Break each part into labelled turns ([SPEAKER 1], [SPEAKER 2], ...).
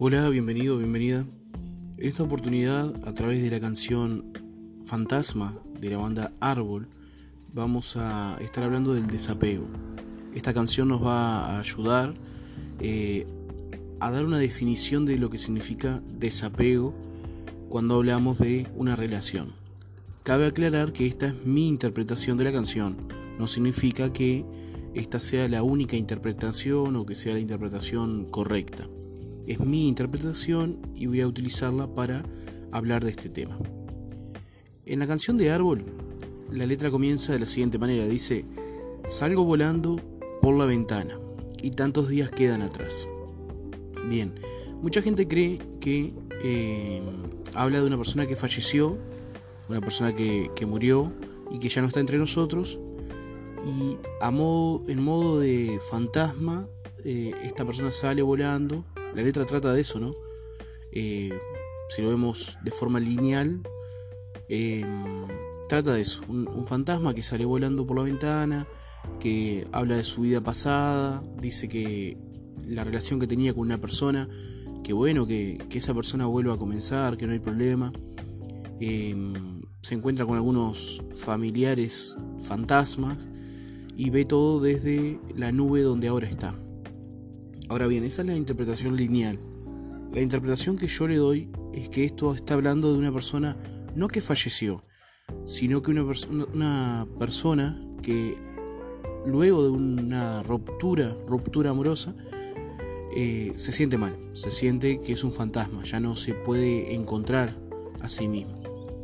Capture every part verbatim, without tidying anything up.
[SPEAKER 1] Hola, bienvenido, bienvenida. En esta oportunidad, a través de la canción Fantasma de la banda Árbol, vamos a estar hablando del desapego. Esta canción nos va a ayudar eh, a dar una definición de lo que significa desapego cuando hablamos de una relación. Cabe aclarar que esta es mi interpretación de la canción, no significa que esta sea la única interpretación o que sea la interpretación correcta. Es mi interpretación y voy a utilizarla para hablar de este tema. En la canción de Árbol, la letra comienza de la siguiente manera. Dice: salgo volando por la ventana y tantos días quedan atrás. Bien, mucha gente cree que eh, habla de una persona que falleció, una persona que, que murió y que ya no está entre nosotros. Y a modo, en modo de fantasma, eh, esta persona sale volando. La letra trata de eso, ¿no? Eh, si lo vemos de forma lineal, eh, trata de eso. Un, un fantasma que sale volando por la ventana, que habla de su vida pasada, dice que la relación que tenía con una persona, que bueno, que, que esa persona vuelva a comenzar, que no hay problema. Eh, se encuentra con algunos familiares fantasmas y ve todo desde la nube donde ahora está. Ahora bien, esa es la interpretación lineal. La interpretación que yo le doy es que esto está hablando de una persona no que falleció, sino que una, perso- una persona que luego de una ruptura, ruptura amorosa, eh, se siente mal, se siente que es un fantasma, ya no se puede encontrar a sí mismo.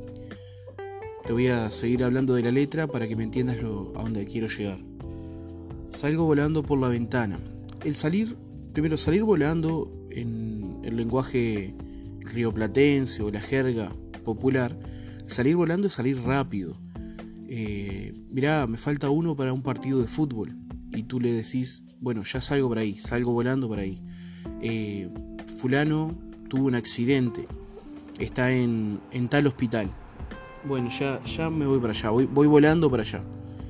[SPEAKER 1] Te voy a seguir hablando de la letra para que me entiendas lo, a dónde quiero llegar. Salgo volando por la ventana. El salir, primero salir volando en el lenguaje rioplatense o la jerga popular, salir volando es salir rápido. Eh, mirá, me falta uno para un partido de fútbol y tú le decís, bueno, ya salgo por ahí, salgo volando por ahí. Eh, fulano tuvo un accidente, está en, en tal hospital. Bueno, ya, ya me voy para allá, voy, voy volando para allá.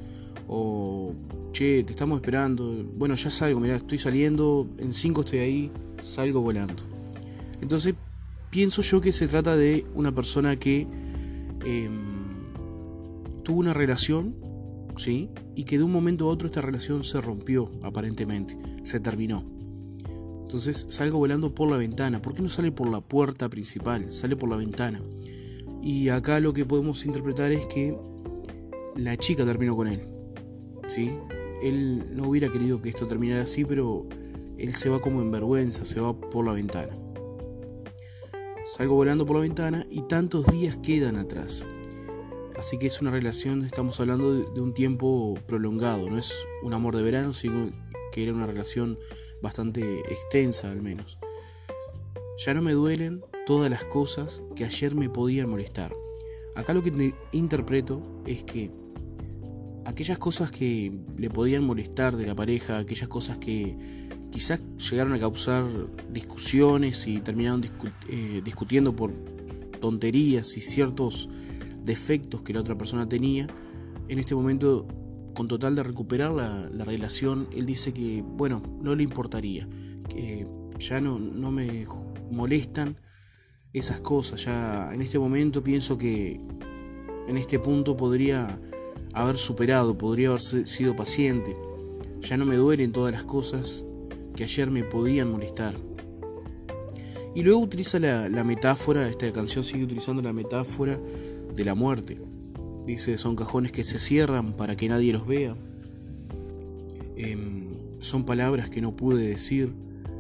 [SPEAKER 1] O, che, te estamos esperando. Bueno, ya salgo, mirá, estoy saliendo, en cinco estoy ahí, salgo volando. Entonces, pienso yo que se trata de una persona que eh, tuvo una relación, ¿sí? Y que de un momento a otro esta relación se rompió, aparentemente, se terminó. Entonces, salgo volando por la ventana. ¿Por qué no sale por la puerta principal? Sale por la ventana. Y acá lo que podemos interpretar es que la chica terminó con él, ¿sí? Él no hubiera querido que esto terminara así, pero él se va como en vergüenza, se va por la ventana. Salgo volando por la ventana y tantos días quedan atrás. Así que es una relación, estamos hablando de, de un tiempo prolongado, no es un amor de verano, sino que era una relación bastante extensa al menos. Ya no me duelen todas las cosas que ayer me podían molestar. Acá lo que te interpreto es que aquellas cosas que le podían molestar de la pareja, aquellas cosas que quizás llegaron a causar discusiones y terminaron discu- eh, discutiendo por tonterías y ciertos defectos que la otra persona tenía, en este momento, con total de recuperar la, la relación, él dice que, bueno, no le importaría, que ya no, no me molestan esas cosas. Ya en este momento pienso que en este punto podría haber superado, podría haber sido paciente. Ya no me duelen todas las cosas que ayer me podían molestar. Y luego utiliza la, la metáfora, esta canción sigue utilizando la metáfora de la muerte. Dice, son cajones que se cierran para que nadie los vea. Eh, son palabras que no pude decir,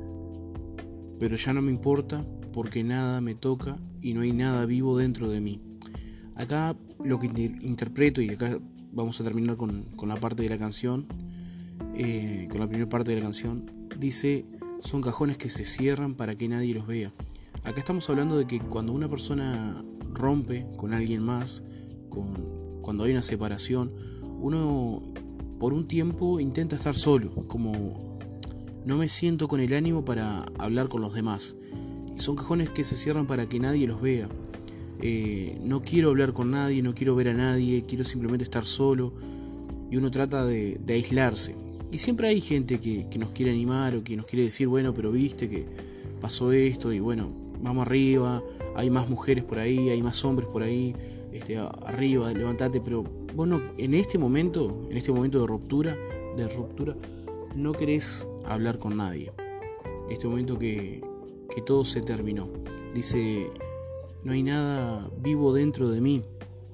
[SPEAKER 1] pero ya no me importa porque nada me toca y no hay nada vivo dentro de mí. Acá lo que interpreto, y acá vamos a terminar con, con la parte de la canción, eh, con la primera parte de la canción, dice, son cajones que se cierran para que nadie los vea. Acá estamos hablando de que cuando una persona rompe con alguien más, con, cuando hay una separación, uno por un tiempo intenta estar solo, como no me siento con el ánimo para hablar con los demás. Son cajones que se cierran para que nadie los vea. Eh, no quiero hablar con nadie, no quiero ver a nadie, quiero simplemente estar solo. Y uno trata de, de aislarse. Y siempre hay gente que, que nos quiere animar o que nos quiere decir, bueno, pero viste que pasó esto y bueno, vamos arriba, hay más mujeres por ahí, hay más hombres por ahí, este, arriba, levantate, pero vos no, en este momento, en este momento de ruptura, de ruptura, no querés hablar con nadie. En este momento que, que todo se terminó. Dice, no hay nada vivo dentro de mí.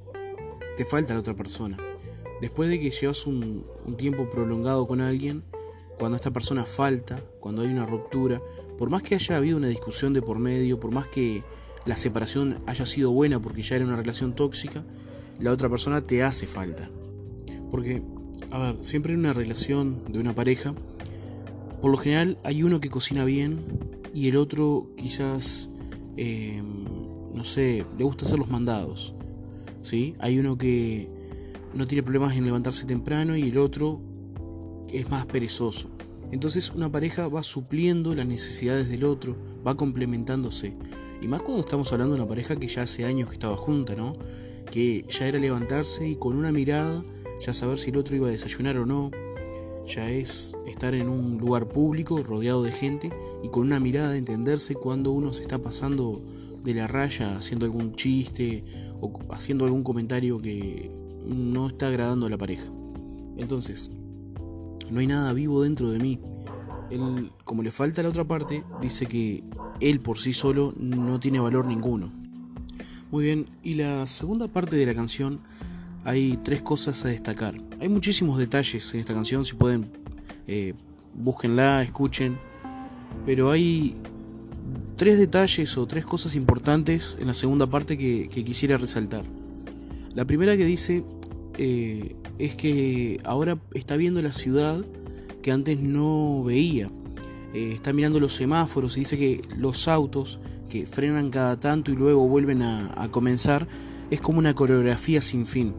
[SPEAKER 1] Te falta la otra persona. Después de que llevas un, un tiempo prolongado con alguien, cuando esta persona falta, cuando hay una ruptura, por más que haya habido una discusión de por medio, por más que la separación haya sido buena porque ya era una relación tóxica, la otra persona te hace falta. Porque, a ver, siempre en una relación de una pareja, por lo general hay uno que cocina bien y el otro quizás, eh, no sé, le gusta hacer los mandados, ¿sí? Hay uno que no tiene problemas en levantarse temprano y el otro es más perezoso. Entonces una pareja va supliendo las necesidades del otro, va complementándose. Y más cuando estamos hablando de una pareja que ya hace años que estaba junta, ¿no? Que ya era levantarse y con una mirada ya saber si el otro iba a desayunar o no. Ya es estar en un lugar público rodeado de gente y con una mirada de entenderse cuando uno se está pasando de la raya haciendo algún chiste o haciendo algún comentario que no está agradando a la pareja. Entonces, no hay nada vivo dentro de mí. Él, como le falta la otra parte, dice que él por sí solo no tiene valor ninguno. Muy bien, y la segunda parte de la canción hay tres cosas a destacar. Hay muchísimos detalles en esta canción, si pueden, eh, búsquenla, escuchen. Pero hay tres detalles o tres cosas importantes en la segunda parte que, que quisiera resaltar. La primera que dice eh, es que ahora está viendo la ciudad que antes no veía. Eh, está mirando los semáforos y dice que los autos que frenan cada tanto y luego vuelven a, a comenzar es como una coreografía sin fin.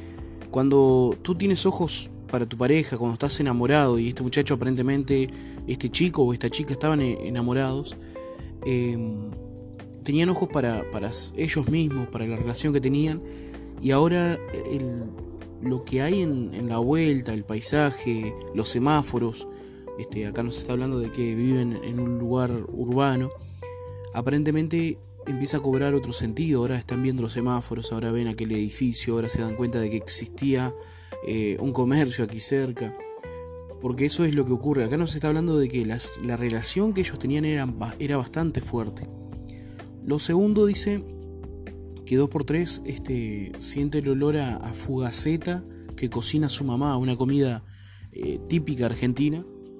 [SPEAKER 1] Cuando tú tienes ojos para tu pareja, cuando estás enamorado y este muchacho aparentemente, este chico o esta chica estaban enamorados, eh, tenían ojos para, para ellos mismos, para la relación que tenían, y ahora el, lo que hay en, en la vuelta, el paisaje, los semáforos, este, acá nos está hablando de que viven en un lugar urbano, aparentemente empieza a cobrar otro sentido. Ahora están viendo los semáforos, ahora ven aquel edificio, ahora se dan cuenta de que existía eh, un comercio aquí cerca, porque eso es lo que ocurre. Acá nos está hablando de que las, la relación que ellos tenían era, era bastante fuerte. Lo segundo dice que dos por tres este, siente el olor a, a fugaceta que cocina su mamá, una comida eh, típica argentina,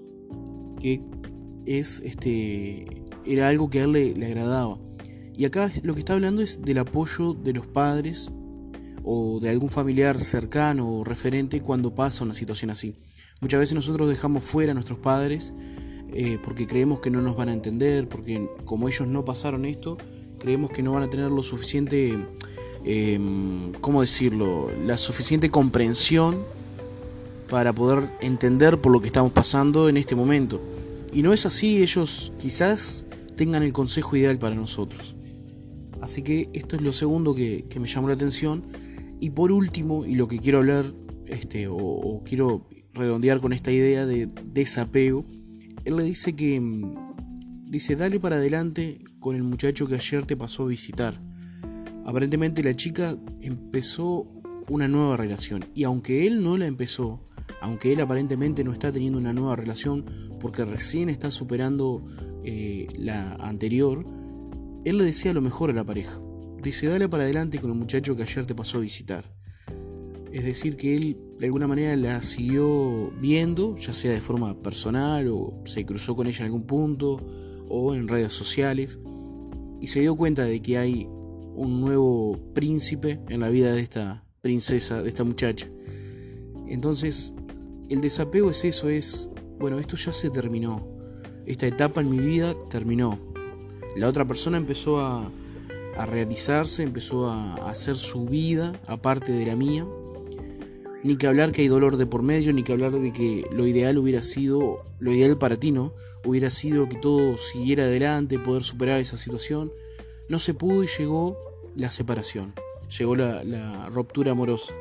[SPEAKER 1] que es este era algo que a él le, le agradaba. Y acá lo que está hablando es del apoyo de los padres o de algún familiar cercano o referente cuando pasa una situación así. Muchas veces nosotros dejamos fuera a nuestros padres eh, porque creemos que no nos van a entender, porque como ellos no pasaron esto, creemos que no van a tener lo suficiente, eh, ¿cómo decirlo? La suficiente comprensión para poder entender por lo que estamos pasando en este momento. Y no es así, ellos quizás tengan el consejo ideal para nosotros. Así que esto es lo segundo que, que me llamó la atención. Y por último, y lo que quiero hablar, este, o, o quiero redondear con esta idea de desapego, él le dice que, dice, dale para adelante con el muchacho que ayer te pasó a visitar. Aparentemente la chica empezó una nueva relación. Y aunque él no la empezó, aunque él aparentemente no está teniendo una nueva relación porque recién está superando eh, la anterior, él le desea lo mejor a la pareja. Dice, dale para adelante con el muchacho que ayer te pasó a visitar. Es decir, que él de alguna manera la siguió viendo, ya sea de forma personal o se cruzó con ella en algún punto o en redes sociales, y se dio cuenta de que hay un nuevo príncipe en la vida de esta princesa, de esta muchacha. Entonces, el desapego es eso, es, bueno, esto ya se terminó. Esta etapa en mi vida terminó. La otra persona empezó a, a realizarse, empezó a, a hacer su vida aparte de la mía. Ni que hablar que hay dolor de por medio, ni que hablar de que lo ideal hubiera sido, lo ideal para ti, ¿no? Hubiera sido que todo siguiera adelante, poder superar esa situación. No se pudo y llegó la separación, llegó la, la ruptura amorosa.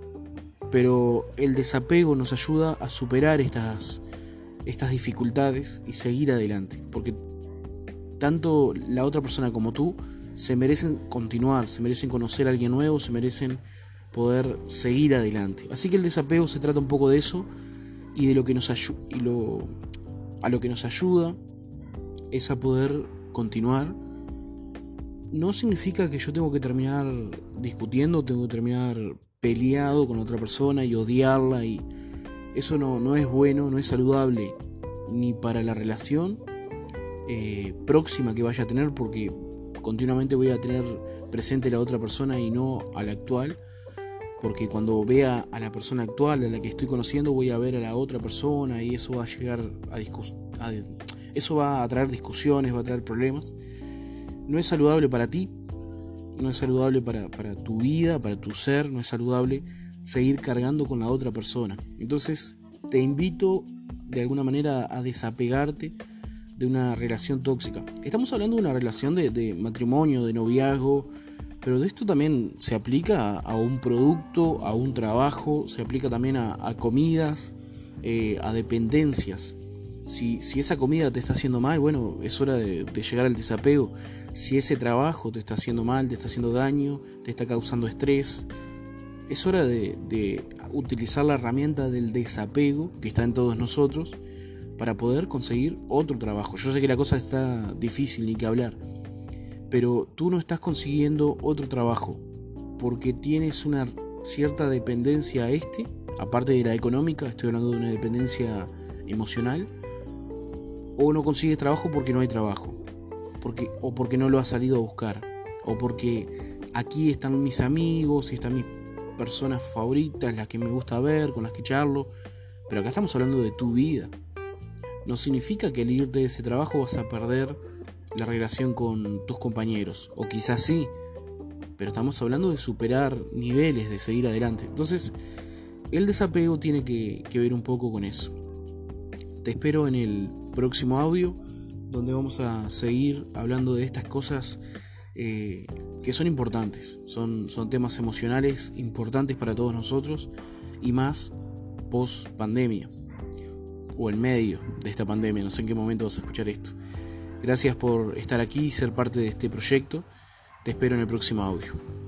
[SPEAKER 1] Pero el desapego nos ayuda a superar estas, estas dificultades y seguir adelante. Porque tanto la otra persona como tú se merecen continuar, se merecen conocer a alguien nuevo, se merecen poder seguir adelante. Así que el desapego se trata un poco de eso, y de lo que nos ayuda, y lo a lo que nos ayuda es a poder continuar. No significa que yo tengo que terminar discutiendo, tengo que terminar peleado con otra persona y odiarla, y eso no, no es bueno, no es saludable ni para la relación eh, próxima que vaya a tener, porque continuamente voy a tener presente la otra persona y no a la actual, porque cuando vea a la persona actual, a la que estoy conociendo, voy a ver a la otra persona, y eso va a llegar a, discus- a eso va a traer discusiones, va a traer problemas. No es saludable para ti, no es saludable para, para tu vida, para tu ser, no es saludable seguir cargando con la otra persona. Entonces te invito de alguna manera a desapegarte de una relación tóxica. Estamos hablando de una relación de, de matrimonio, de noviazgo, pero de esto también se aplica a, a un producto, a un trabajo, se aplica también a, a comidas, eh, a dependencias. Si, si esa comida te está haciendo mal, bueno, es hora de, de llegar al desapego. Si ese trabajo te está haciendo mal, te está haciendo daño, te está causando estrés, es hora de, de utilizar la herramienta del desapego que está en todos nosotros para poder conseguir otro trabajo. Yo sé que la cosa está difícil, ni que hablar, pero tú no estás consiguiendo otro trabajo porque tienes una cierta dependencia a este, aparte de la económica, estoy hablando de una dependencia emocional, o no consigues trabajo porque no hay trabajo, porque, o porque no lo has salido a buscar, o porque aquí están mis amigos y están mis personas favoritas, las que me gusta ver, con las que charlo, pero acá estamos hablando de tu vida. No significa que al irte de ese trabajo vas a perder la relación con tus compañeros, o quizás sí, pero estamos hablando de superar niveles, de seguir adelante. Entonces el desapego tiene que, que ver un poco con eso. Te espero en el próximo audio, donde vamos a seguir hablando de estas cosas eh, que son importantes, son, son temas emocionales importantes para todos nosotros, y más post pandemia, o en medio de esta pandemia, no sé en qué momento vas a escuchar esto. Gracias por estar aquí y ser parte de este proyecto. Te espero en el próximo audio.